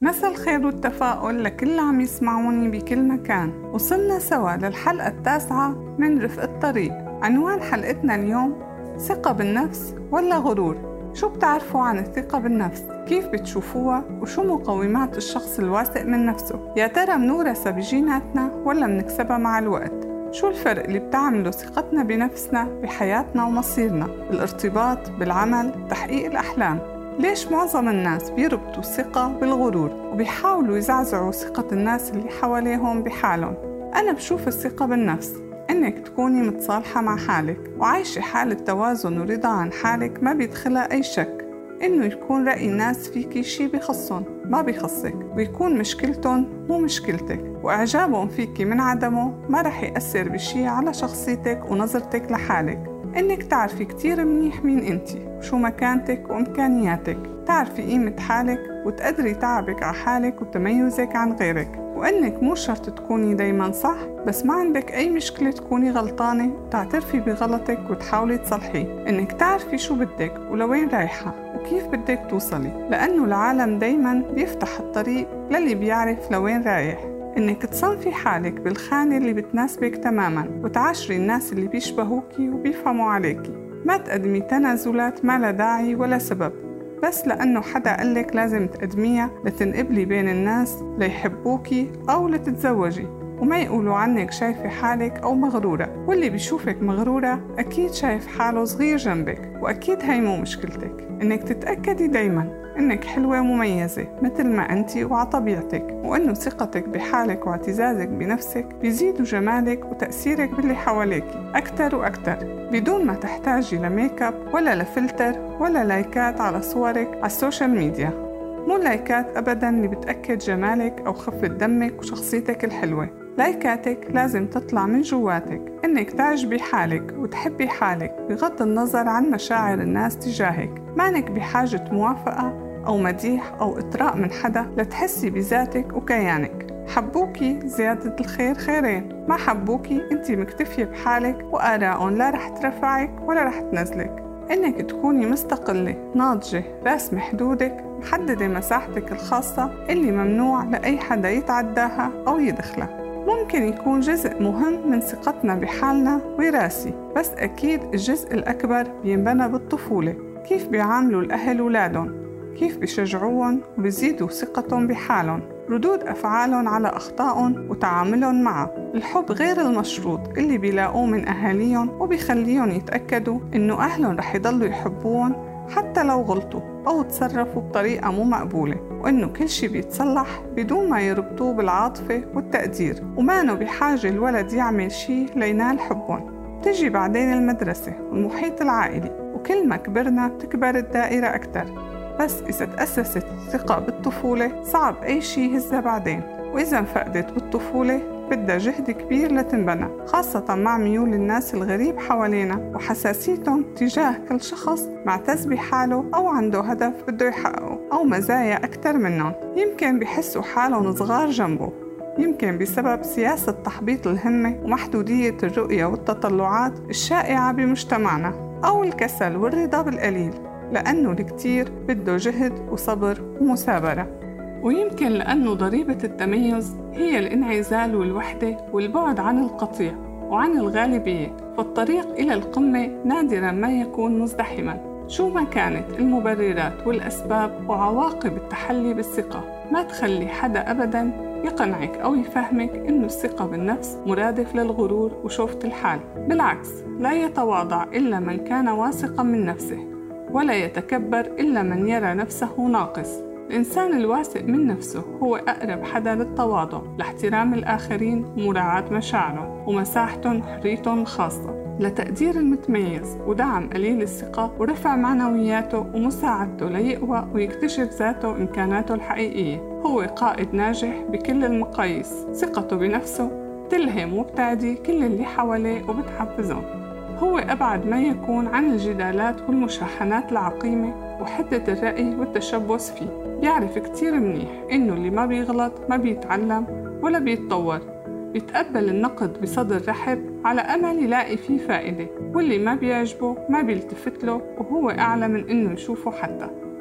مساء الخير والتفاؤل لكل اللي عم يسمعوني بكل مكان. وصلنا سوا للحلقة 9 من رفق الطريق. عنوان حلقتنا اليوم: ثقة بالنفس ولا غرور؟ شو بتعرفوا عن الثقة بالنفس؟ كيف بتشوفوها؟ وشو مقومات الشخص الواثق من نفسه؟ يا ترى منورثها بجيناتنا ولا منكسبها مع الوقت؟ شو الفرق اللي بتعمله ثقتنا بنفسنا بحياتنا ومصيرنا، بالارتباط، بالعمل، تحقيق الأحلام؟ ليش معظم الناس بيربطوا الثقة بالغرور وبيحاولوا يزعزعوا ثقة الناس اللي حواليهم بحالهم؟ أنا بشوف الثقة بالنفس إنك تكوني متصالحة مع حالك وعايشة حالة توازن ورضا عن حالك ما بيدخلها أي شك، إنه يكون رأي الناس فيكي شي بخصهم ما بخصك، ويكون مشكلتهم مو مشكلتك، وإعجابهم فيكي من عدمه ما رح يأثر بشي على شخصيتك ونظرتك لحالك. إنك تعرفي كتير منيح مين أنتي وشو مكانتك وإمكانياتك، تعرفي قيمة حالك وتقدري تعبك على حالك وتميزك عن غيرك، وإنك مو شرط تكوني دايما صح، بس ما عندك أي مشكلة تكوني غلطانة وتعترفي بغلطك وتحاولي تصلحيه. إنك تعرفي شو بدك ولوين رايحة وكيف بدك توصلي، لأنه العالم دايما بيفتح الطريق للي بيعرف لوين رايح. إنك تصنفي حالك بالخانة اللي بتناسبك تماماً وتعاشري الناس اللي بيشبهوكي وبيفهموا عليكي، ما تقدمي تنازلات ما لا داعي ولا سبب بس لأنه حدا قالك لازم تقدميها لتنقبلي بين الناس ليحبوكي أو لتتزوجي، وما يقولوا عنك شايفة حالك أو مغرورة. واللي بيشوفك مغرورة أكيد شايف حاله صغير جنبك، وأكيد هاي مو مشكلتك. إنك تتأكدي دايماً إنك حلوة ومميزة مثل ما أنتي وعلى طبيعتك، وإنه ثقتك بحالك واعتزازك بنفسك بيزيدوا جمالك وتأثيرك باللي حواليك أكتر وأكتر، بدون ما تحتاجي لميك اب ولا لفلتر ولا لايكات على صورك على السوشيال ميديا. مو لايكات أبداً اللي بتأكد جمالك أو خفة دمك وشخصيتك الحلوة. لايكاتك لازم تطلع من جواتك، إنك تعجبي حالك وتحبي حالك بغض النظر عن مشاعر الناس تجاهك. مانك بحاجة موافقة أو مديح أو إطراء من حدا لتحسي بذاتك وكيانك. حبوكي زيادة الخير خيرين، ما حبوكي انتي مكتفية بحالك وآراء لا رح ترفعك ولا رح تنزلك. إنك تكوني مستقلة ناضجة راسمة حدودك، محددة مساحتك الخاصة اللي ممنوع لأي حدا يتعداها أو يدخلها. ممكن يكون جزء مهم من ثقتنا بحالنا وراثي، بس أكيد الجزء الأكبر بينبنى بالطفولة. كيف بيعاملوا الأهل ولادهم، كيف بيشجعوهم وبيزيدوا ثقتهم بحالهم، ردود أفعالهم على أخطائهم وتعاملهم معه، الحب غير المشروط اللي بيلاقوه من أهاليهم وبيخليهم يتأكدوا إنه أهلهم رح يضلوا يحبوهم حتى لو غلطوا أو تصرفوا بطريقة مو مقبولة، وإنه كل شي بيتصلح بدون ما يربطوه بالعاطفة والتقدير، ومانو بحاجة الولد يعمل شي لينال حبهم. تجي بعدين المدرسة والمحيط العائلي، وكل ما كبرنا بتكبر الدائرة أكتر، بس إذا تأسست الثقة بالطفولة صعب أي شي يهزها بعدين، وإذا انفقدت بالطفولة بدها جهد كبير لتنبنى، خاصة مع ميول الناس الغريب حوالينا وحساسيتهم تجاه كل شخص معتز بحاله أو عنده هدف بده يحققه أو مزايا أكتر منهم. يمكن بيحسوا حالهم صغار جنبه، يمكن بسبب سياسة تحبيط الهمة ومحدودية الرؤية والتطلعات الشائعة بمجتمعنا، أو الكسل والرضا بالقليل، لأنه الكتير بده جهد وصبر ومثابرة. ويمكن لأنه ضريبة التميز هي الانعزال والوحدة والبعد عن القطيع وعن الغالبية، فالطريق إلى القمة نادراً ما يكون مزدحماً. شو ما كانت المبررات والأسباب وعواقب التحلي بالثقة، ما تخلي حدا أبداً يقنعك أو يفهمك إنه الثقة بالنفس مرادف للغرور وشوفة الحال. بالعكس، لا يتواضع إلا من كان واثقاً من نفسه، ولا يتكبر إلا من يرى نفسه ناقص. الإنسان الواثق من نفسه هو أقرب حدا للتواضع، لاحترام الآخرين ومراعاة مشاعرهم ومساحتهم وحريتهم الخاصة، لتقدير المتميز ودعم قليل الثقة ورفع معنوياته ومساعدته ليقوى ويكتشف ذاته وإمكاناته الحقيقية. هو قائد ناجح بكل المقاييس، ثقته بنفسه تلهم وبتعدي كل اللي حواليه وبتحفزهم. هو أبعد ما يكون عن الجدالات والمشاحنات العقيمة وحدة الرأي والتشبث فيه. بيعرف كتير منيح إنه اللي ما بيغلط ما بيتعلم ولا بيتطور، بيتقبل النقد بصدر رحب على أمل يلاقي فيه فائدة، واللي ما بيعجبه ما بيلتفت له وهو أعلى من إنه يشوفه حتى.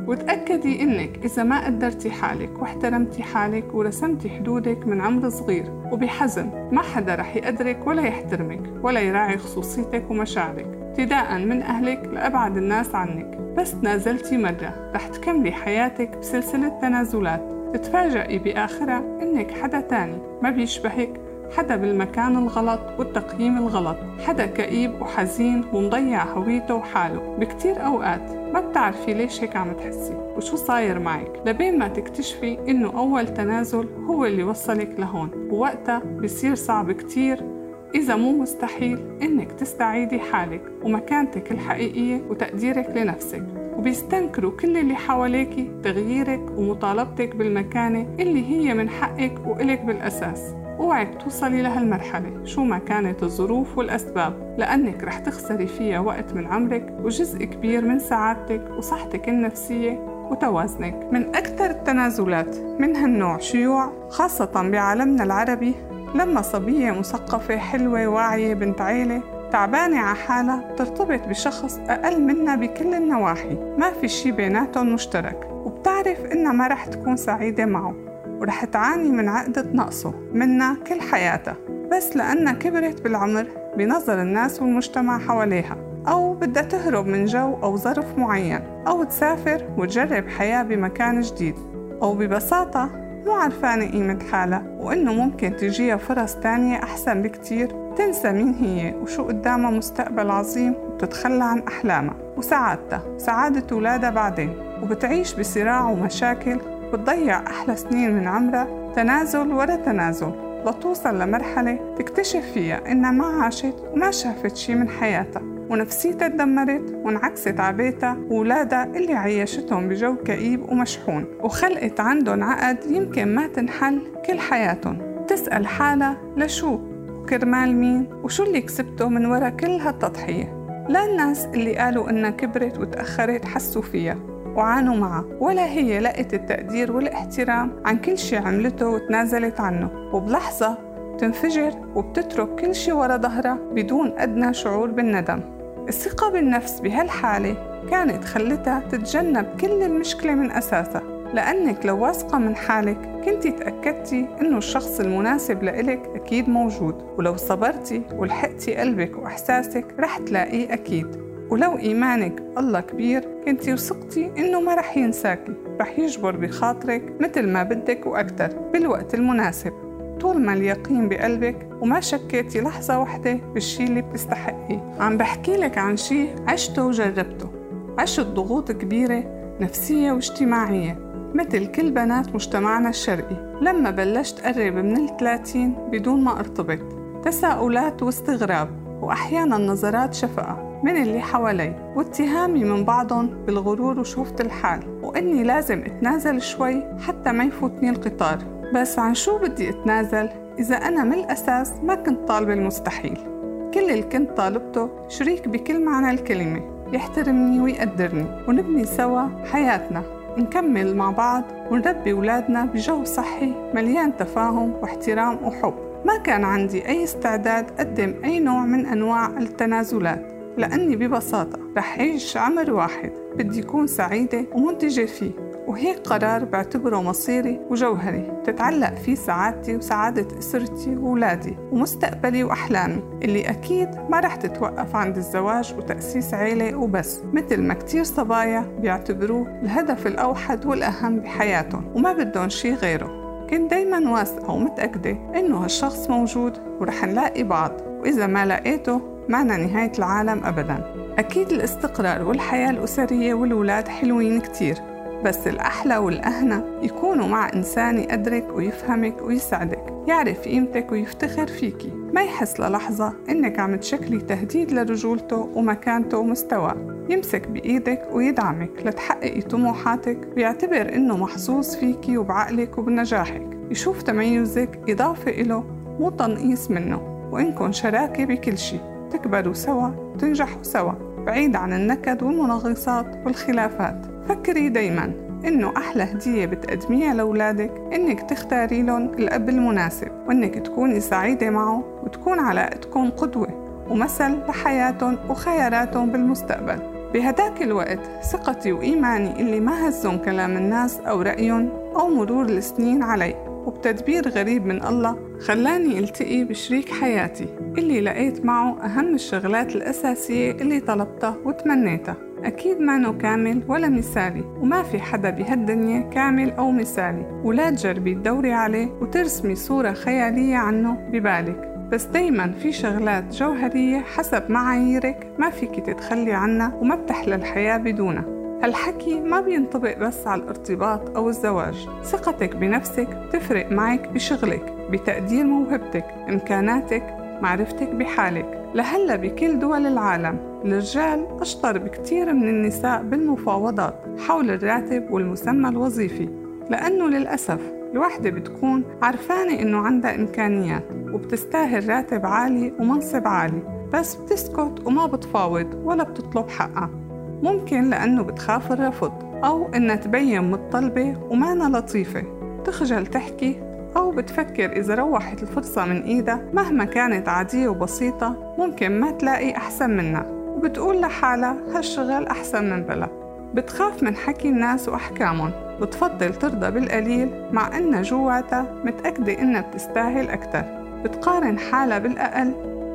وتأكدي إنك إذا ما قدرتي حالك واحترمتي حالك ورسمتي حدودك من عمر صغير وبحزم، ما حدا رح يقدرك ولا يحترمك ولا يراعي خصوصيتك ومشاعرك، ابتداءً من أهلك لأبعد الناس عنك. بس تنازلتي مرة رح تكملي حياتك بسلسلة تنازلات، تتفاجئي بآخرها إنك حدا تاني ما بيشبهك، حدا بالمكان الغلط والتقييم الغلط، حدا كئيب وحزين ومضيع هويته وحاله. بكتير أوقات ما بتعرفي ليش هيك عم تحسي وشو صاير معك، لبين ما تكتشفي إنه أول تنازل هو اللي وصلك لهون، ووقتها بيصير صعب كتير إذا مو مستحيل إنك تستعيدي حالك ومكانتك الحقيقية وتقديرك لنفسك، وبيستنكروا كل اللي حواليكي تغييرك ومطالبتك بالمكانة اللي هي من حقك وإلك بالأساس. اوعك توصلي لهالمرحلة شو ما كانت الظروف والأسباب، لأنك رح تخسري فيها وقت من عمرك وجزء كبير من سعادتك وصحتك النفسية وتوازنك. من أكثر التنازلات من هالنوع شيوع خاصة بعالمنا العربي، لما صبية مثقفة حلوة واعية بنت عيلة تعبانة على حالها ترتبط بشخص أقل منها بكل النواحي، ما في شي بيناتهم مشترك، وبتعرف إنها ما رح تكون سعيدة معه ورح تعاني من عقدة نقصه منها كل حياتها، بس لأنها كبرت بالعمر بنظر الناس والمجتمع حواليها، أو بدها تهرب من جو أو ظرف معين، أو تسافر وتجرب حياة بمكان جديد، أو ببساطة مو عارفانة قيمة حالها وإنه ممكن تجيها فرص تانية أحسن بكتير، تنسى مين هي وشو قدامها مستقبل عظيم وتتخلى عن أحلامها وسعادتها وسعادة أولادها بعدين، وبتعيش بصراع ومشاكل وتضيع أحلى سنين من عمرها تنازل ورا تنازل، لتوصل لمرحلة تكتشف فيها إنها ما عاشت وما شافت شي من حياتها، ونفسيتها تدمرت وانعكست على بيتها وولادها اللي عيشتهم بجو كئيب ومشحون، وخلقت عندهم عقد يمكن ما تنحل كل حياتهم. تسأل حالها لشو وكرمال مين وشو اللي كسبته من ورا كل هالتضحية. لا الناس اللي قالوا إنها كبرت وتأخرت حسوا فيها وعانوا معها، ولا هي لقت التقدير والاحترام عن كل شي عملته وتنازلت عنه، وبلحظة تنفجر وبتترك كل شي ورا ظهرها بدون أدنى شعور بالندم. الثقة بالنفس بهالحالة كانت خلتها تتجنب كل المشكلة من أساسها، لأنك لو واثقة من حالك كنتي تأكدتي إنه الشخص المناسب لإلك أكيد موجود، ولو صبرتي ولحقتي قلبك وإحساسك رح تلاقيه أكيد، ولو إيمانك بالله كبير كنتي وثقتي إنه ما رح ينساكي، رح يجبر بخاطرك مثل ما بدك وأكتر بالوقت المناسب، طول ما اليقين بقلبك وما شكيتي لحظة واحدة بالشي اللي بتستحقيه. عم بحكي لك عن شي عشته وجربته، عشت ضغوط كبيرة نفسية واجتماعية مثل كل بنات مجتمعنا الشرقي. لما بلشت قرب من 30 بدون ما ارتبط، تساؤلات واستغراب وأحيانا نظرات شفقة من اللي حوالي، واتهامي من بعضهم بالغرور وشوفة الحال، وإني لازم اتنازل شوي حتى ما يفوتني القطار. بس عن شو بدي اتنازل إذا أنا من الأساس ما كنت طالبة المستحيل؟ كل اللي كنت طالبته شريك بكل معنى الكلمة، يحترمني ويقدرني، ونبني سوا حياتنا، نكمل مع بعض ونربي أولادنا بجو صحي مليان تفاهم واحترام وحب. ما كان عندي أي استعداد أقدم أي نوع من أنواع التنازلات، لأني ببساطة رح أعيش عمر واحد بدي أكون سعيدة ومنتجة فيه، وهيك قرار بعتبره مصيري وجوهري تتعلق فيه سعادتي وسعادة أسرتي وولادي ومستقبلي وأحلامي، اللي أكيد ما رح تتوقف عند الزواج وتأسيس عيلة وبس، مثل ما كتير صبايا بيعتبروه الهدف الأوحد والأهم بحياتهم وما بدهم شي غيره. كنت دايماً واثقة ومتأكدة إنه هالشخص موجود ورح نلاقي بعض، وإذا ما لقيته معنا نهاية العالم أبداً. أكيد الاستقرار والحياة الأسرية والولاد حلوين كتير، بس الأحلى والأهنى يكونوا مع إنسان يقدرك ويفهمك ويساعدك، يعرف قيمتك ويفتخر فيكي، ما يحس للحظة إنك عم تشكلي تهديد لرجولته ومكانته ومستواه، يمسك بإيدك ويدعمك لتحققي طموحاتك، ويعتبر إنه محظوظ فيكي وبعقلك وبنجاحك، يشوف تميزك إضافة إله مو تنقيص منه، وإنكن شراكة بكل شي، تكبروا سوا وتنجحوا سوا بعيد عن النكد والمنغصات والخلافات. فكري دايماً إنه أحلى هدية بتقدميها لأولادك إنك تختاري لهم الأب المناسب، وإنك تكوني سعيدة معه وتكون علاقتكم قدوة ومثل لحياتهم وخياراتهم بالمستقبل. بهداك الوقت ثقتي وإيماني اللي ما هزهم كلام الناس أو رأيهم أو مرور السنين علي، وبتدبير غريب من الله خلاني التقي بشريك حياتي اللي لقيت معه أهم الشغلات الأساسية اللي طلبتها وتمنيتها. أكيد ما إنه كامل ولا مثالي، وما في حدا بهالدنيا كامل أو مثالي، ولا تجربي تدوري عليه وترسمي صورة خيالية عنه ببالك، بس دايماً في شغلات جوهرية حسب معاييرك ما فيك تتخلي عنها وما بتحلى الحياة بدونها. هالحكي ما بينطبق بس على الارتباط أو الزواج. ثقتك بنفسك تفرق معك بشغلك، بتقدير موهبتك، إمكاناتك، معرفتك بحالك. لهلا بكل دول العالم الرجال أشطر بكتير من النساء بالمفاوضات حول الراتب والمسمى الوظيفي، لأنه للأسف الوحدة بتكون عرفانة إنه عندها إمكانيات وبتستاهل راتب عالي ومنصب عالي، بس بتسكت وما بتفاوض ولا بتطلب حقها. ممكن لأنه بتخاف الرفض، أو إنها تبين متطلبة ومانا لطيفة، تخجل تحكي، أو بتفكر إذا روحت الفرصة من إيدها مهما كانت عادية وبسيطة ممكن ما تلاقي أحسن منها، وبتقول لحالها هالشغل أحسن من بلا. بتخاف من حكي الناس وأحكامهم، بتفضل ترضى بالقليل مع إنها جواتها متأكدة إنها بتستاهل أكتر. بتقارن حالها بالأقل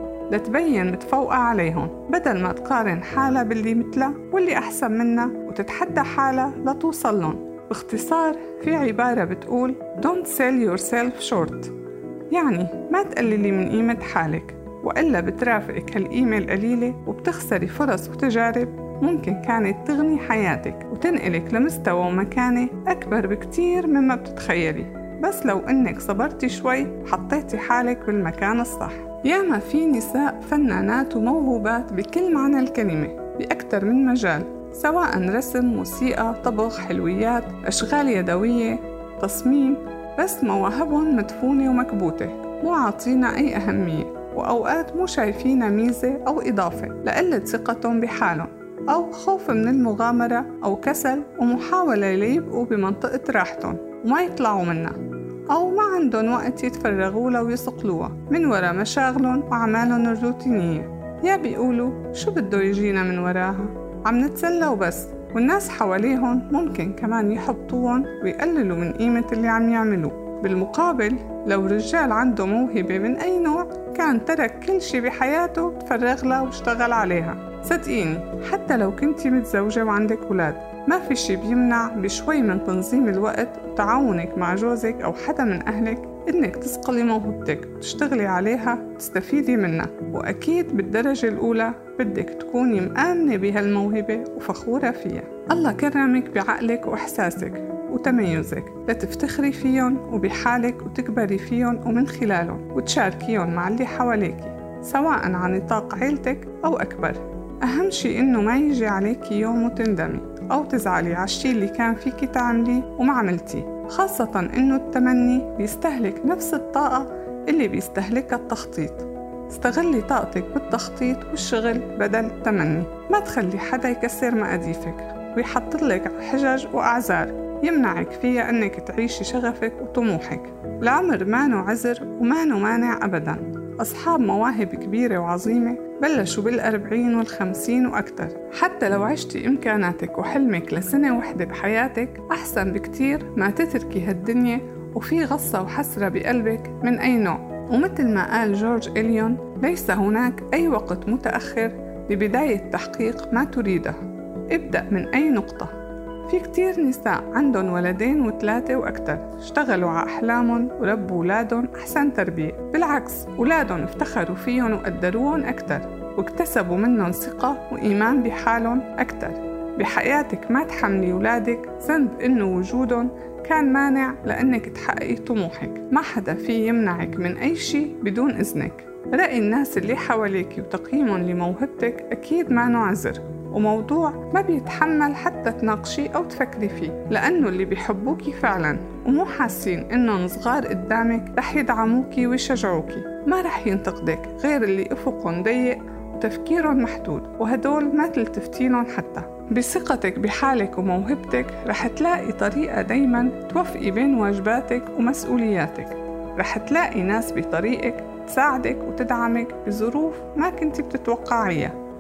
لتبين متفوقة عليهم، بدل ما تقارن حالها باللي مثلها واللي أحسن منها وتتحدى حالها لتوصل لهم. باختصار في عبارة بتقول Don't sell yourself short، يعني ما تقللي من قيمة حالك، وإلا بترافقك هالقيمة القليلة وبتخسري فرص وتجارب ممكن كانت تغني حياتك وتنقلك لمستوى ومكانة أكبر بكتير مما بتتخيلي، بس لو إنك صبرتي شوي حطيتي حالك بالمكان الصح. ياما في نساء فنانات وموهوبات بكل معنى الكلمة بأكتر من مجال، سواء رسم، موسيقى، طبخ، حلويات، أشغال يدوية، تصميم، بس مواهبهم مدفونة ومكبوتة، مو عاطينا أي أهمية، وأوقات مو شايفينا ميزة أو إضافة لقلة ثقتهم بحالهم، أو خوف من المغامرة، أو كسل ومحاولة ليبقوا بمنطقة راحتهم وما يطلعوا منها، أو ما عندهم وقت يتفرغوا لها ويصقلوها من وراء مشاغلهم وأعمالهم الروتينية. يا بيقولوا شو بده يجينا من وراها، عم نتسلى وبس، والناس حواليهم ممكن كمان يحبطوهم ويقللوا من قيمة اللي عم يعملوه. بالمقابل لو رجال عنده موهبة من أي نوع كان ترك كل شي بحياته تفرغ لها واشتغل عليها. صدقيني حتى لو كنتي متزوجة وعندك أولاد ما في شي بيمنع بشوي من تنظيم الوقت وتعاونك مع جوزك أو حدا من أهلك إنك تسقلي موهبتك وتشتغلي عليها وتستفيدي منها. وأكيد بالدرجة الأولى بدك تكوني مآمنة بهالموهبة وفخورة فيها. الله كرمك بعقلك وإحساسك وتميزك لتفتخري فيهم وبحالك وتكبري فيهم ومن خلالهم وتشاركيهم مع اللي حواليكي، سواء عن نطاق عيلتك أو أكبر. أهم شي إنه ما يجي عليكي يوم وتندمي أو تزعلي على الشي اللي كان فيكي تعمليه وما عملتيه، خاصة إنه التمني بيستهلك نفس الطاقة اللي بيستهلكها التخطيط. استغلي طاقتك بالتخطيط والشغل بدل التمني. ما تخلي حدا يكسر مقاديفك ويحطلك حجج وأعذار يمنعك فيها أنك تعيشي شغفك وطموحك. العمر مانو عذر ومانو مانع أبداً. أصحاب مواهب كبيرة وعظيمة بلشوا بال40 وال50 وأكتر. حتى لو عشتي إمكاناتك وحلمك لسنة وحدة بحياتك أحسن بكتير ما تتركي هالدنيا وفي غصة وحسرة بقلبك من أي نوع. ومثل ما قال جورج إليون، ليس هناك أي وقت متأخر لبداية تحقيق ما تريده. ابدأ من أي نقطة. في كتير نساء عندهم ولدين وثلاثة وأكتر اشتغلوا على أحلامهم وربوا أولادهم أحسن تربية، بالعكس أولادهم افتخروا فيهم وقدروهم أكتر واكتسبوا منهم ثقة وإيمان بحالهم أكتر. بحياتك ما تحملي أولادك ذنب إنه وجودهم كان مانع لأنك تحققي طموحك. ما حدا فيه يمنعك من أي شيء بدون إذنك. رأي الناس اللي حواليك وتقييمهم لموهبتك أكيد ما عذر، وموضوع ما بيتحمل حتى تناقشي أو تفكري فيه، لأنه اللي بيحبوكي فعلاً ومو حاسين إنهم صغار قدامك رح يدعموكي ويشجعوكي. ما رح ينتقدك غير اللي أفقهم ضيق وتفكيرهم محدود، وهدول ما تلتفتينهم حتى. بثقتك بحالك وموهبتك رح تلاقي طريقة دايماً توفقي بين واجباتك ومسؤولياتك. رح تلاقي ناس بطريقك تساعدك وتدعمك بظروف ما كنتي بتتوقعيها.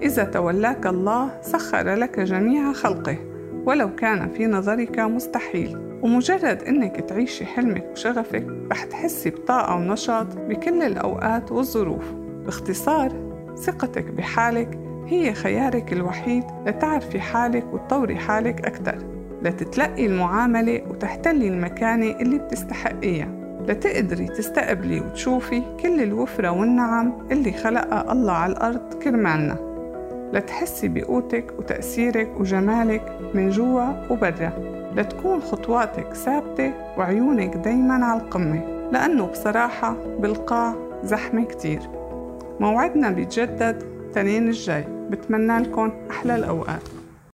إذا تولاك الله سخر لك جميع خلقه ولو كان في نظرك مستحيل. ومجرد إنك تعيشي حلمك وشغفك رح تحسي بطاقة ونشاط بكل الأوقات والظروف. باختصار، ثقتك بحالك هي خيارك الوحيد لتعرفي حالك وتطوري حالك أكتر، لتتلقي المعاملة وتحتلي المكانة اللي بتستحقيها، لتقدري تستقبلي وتشوفي كل الوفرة والنعم اللي خلقها الله على الأرض كرمالنا، لتحسي بقوتك وتأثيرك وجمالك من جوا وبرا، لتكون خطواتك ثابتة وعيونك دايماً على القمة، لأنه بصراحة بالقاع زحمة كتير. موعدنا بيتجدد تنين الجاي، بتمنى لكم أحلى الأوقات.